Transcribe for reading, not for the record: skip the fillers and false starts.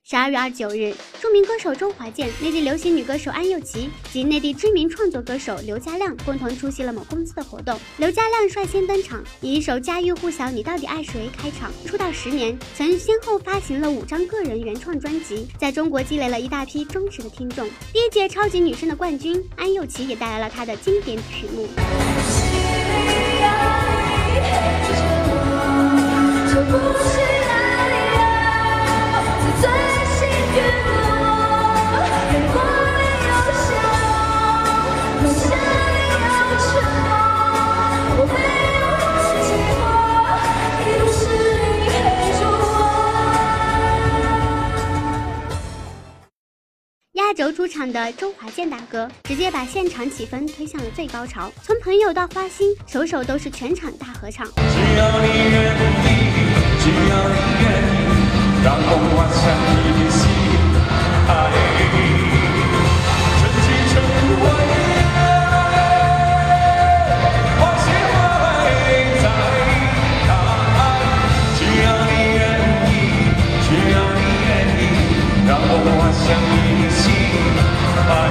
12月29日，著名歌手周华健、内地流行女歌手安又琪及内地知名创作歌手刘嘉亮共同出席了某公司的活动。刘嘉亮率先登场，以一首家喻户晓《你到底爱谁》开场。出道10年，曾先后发行了5张个人原创专辑，在中国积累了一大批忠实的听众。第一届超级女声的冠军安又琪也带来了她的经典曲目。压轴出场的周华健大哥直接把现场气氛推向了最高潮，从朋友到花心，首首都是全场大合唱。 只要你愿意，只要你愿意，让梦滑向你的心海，真情成灰，花谢花开在开。只要你愿意，只要你愿意，让梦滑向你的心海。